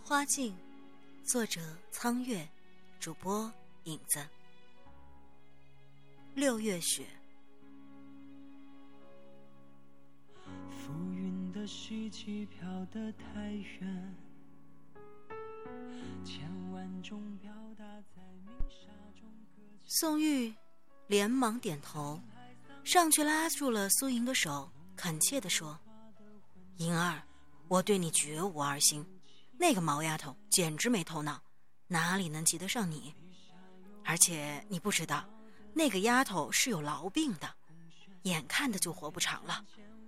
花镜，作者苍月，主播影子。6月雪。 浮云的絮气飘得太远，千万种表达在明沙中搁浅。 宋玉连忙点头，上去拉住了苏莹的手，恳切地说：莹儿，我对你绝无二心，那个毛丫头简直没头脑，哪里能及得上你？而且你不知道，那个丫头是有痨病的，眼看着就活不长了。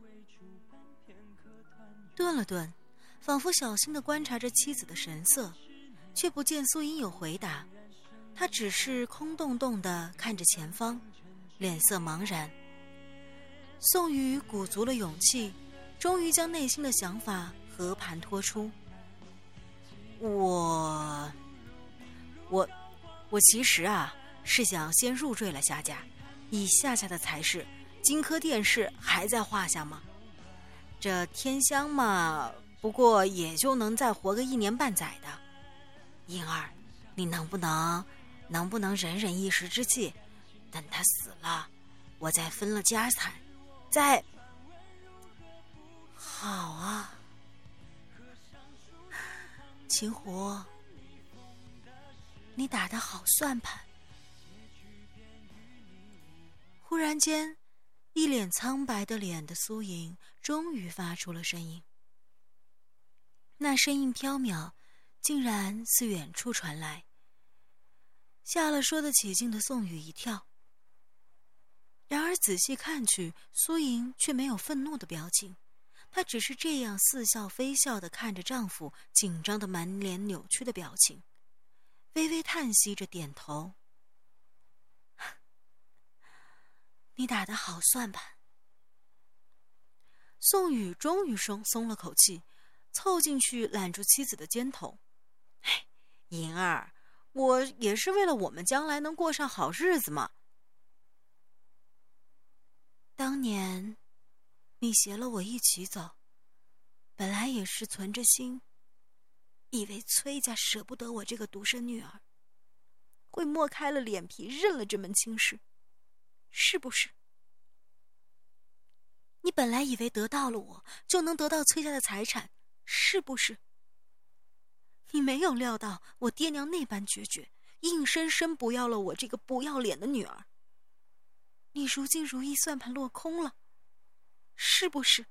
顿了顿，仿佛小心地观察着妻子的神色，却不见苏莹有回答，她只是空洞洞地看着前方，脸色茫然。宋宇鼓足了勇气，终于将内心的想法和盘托出。我其实是想先入赘了夏家，以夏家的才识，金科殿试还在画下吗？这天香嘛，不过也就能再活个1年半载的。英儿，你能不能忍忍一时之气，等他死了，我再分了家产，再……好啊，秦湖，你打得好算盘。忽然间，一脸苍白的脸的苏莹终于发出了声音，那声音飘渺，竟然自远处传来，吓了说得起劲的宋宇一跳。然而仔细看去，苏莹却没有愤怒的表情，她只是这样似笑非笑地看着丈夫紧张的满脸扭曲的表情，微微叹息着点头。你打得好算盘。宋宇终于松了口气，凑进去揽住妻子的肩头。莹儿，我也是为了我们将来能过上好日子嘛。当年你携了我一起走，本来也是存着心，以为崔家舍不得我这个独生女儿，会抹开了脸皮认了这门亲事，是不是？你本来以为得到了我就能得到崔家的财产，是不是？你没有料到我爹娘那般决绝，硬生生不要了我这个不要脸的女儿。你如今如意算盘落空了，是不是？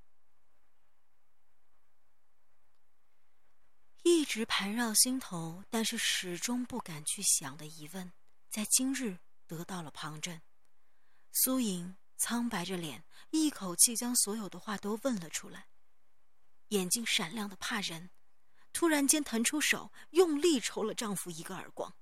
一直盘绕心头，但是始终不敢去想的疑问，在今日得到了旁证。苏莹苍白着脸，一口气将所有的话都问了出来，眼睛闪亮的怕人，突然间腾出手，用力抽了丈夫一个耳光。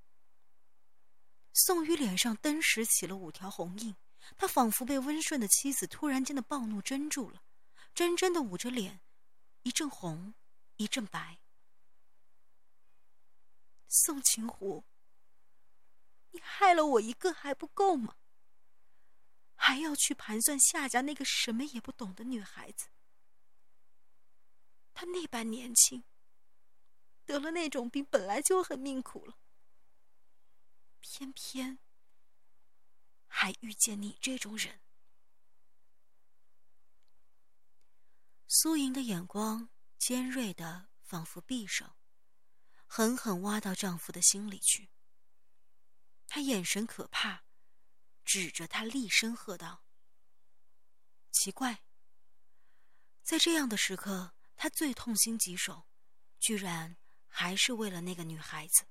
宋宇脸上登时起了5条红印，他仿佛被温顺的妻子突然间的暴怒怔住了，怔怔的捂着脸，一阵红一阵白。宋秦湖，你害了我一个还不够吗？还要去盘算夏家那个什么也不懂的女孩子，她那般年轻，得了那种病本来就很命苦了，偏偏还遇见你这种人。苏莹的眼光尖锐的仿佛匕首，狠狠挖到丈夫的心里去。她眼神可怕，指着他厉声喝道。奇怪，在这样的时刻，他最痛心疾首，居然还是为了那个女孩子。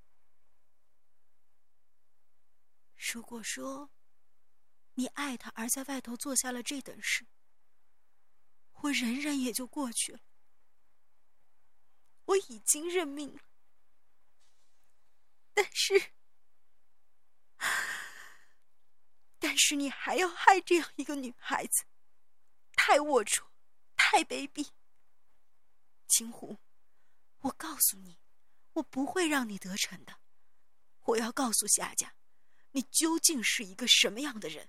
如果说你爱她而在外头做下了这等事，我忍忍也就过去了，我已经认命了。但是你还要害这样一个女孩子，太龌龊，太卑鄙。秦湖，我告诉你，我不会让你得逞的。我要告诉夏家，你究竟是一个什么样的人。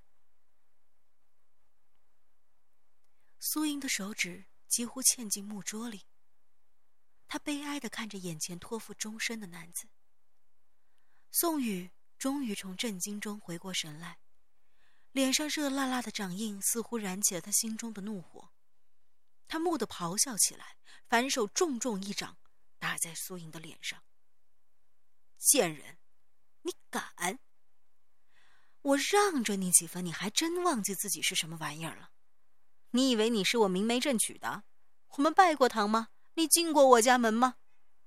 苏莹的手指几乎嵌进木桌里， 他悲哀地看着眼前托付终身的男子。宋宇终于从震惊中回过神来，脸上热辣辣的掌印似乎燃起了他心中的怒火。他蓦地咆哮起来，反手重重一掌打在苏莹的脸上。贱人，你敢！我让着你几分，你还真忘记自己是什么玩意儿了。你以为你是我明媒正娶的？我们拜过堂吗？你进过我家门吗？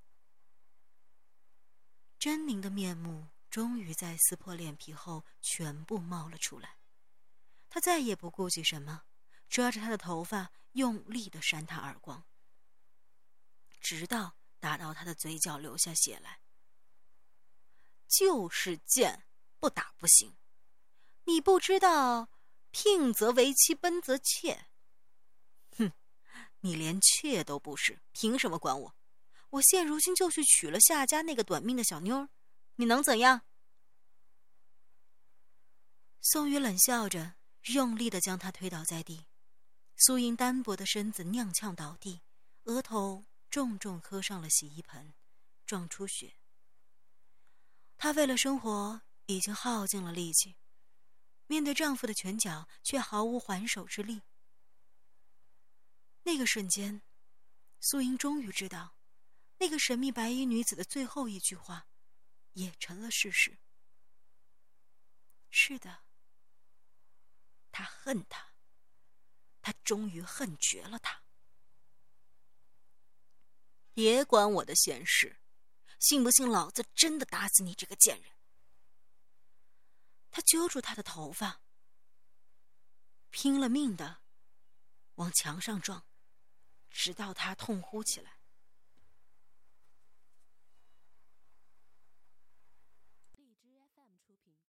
狰狞的面目终于在撕破脸皮后全部冒了出来。他再也不顾忌什么，抓着他的头发用力地扇他耳光，直到打到他的嘴角流下血来。就是贱，不打不行。你不知道聘则为妻，奔则妾。哼，你连妾都不是，凭什么管我？我现如今就去娶了夏家那个短命的小妞儿，你能怎样？宋宇冷笑着，用力地将他推倒在地。苏莹单薄的身子踉跄倒地，额头重重磕上了洗衣盆，撞出血。她为了生活已经耗尽了力气，面对丈夫的拳脚却毫无还手之力。那个瞬间，苏莹终于知道，那个神秘白衣女子的最后一句话也成了事实。是的，她恨他，他终于恨绝了他。别管我的闲事，信不信老子真的打死你这个贱人？他揪住他的头发，拼了命的往墙上撞，直到他痛呼起来。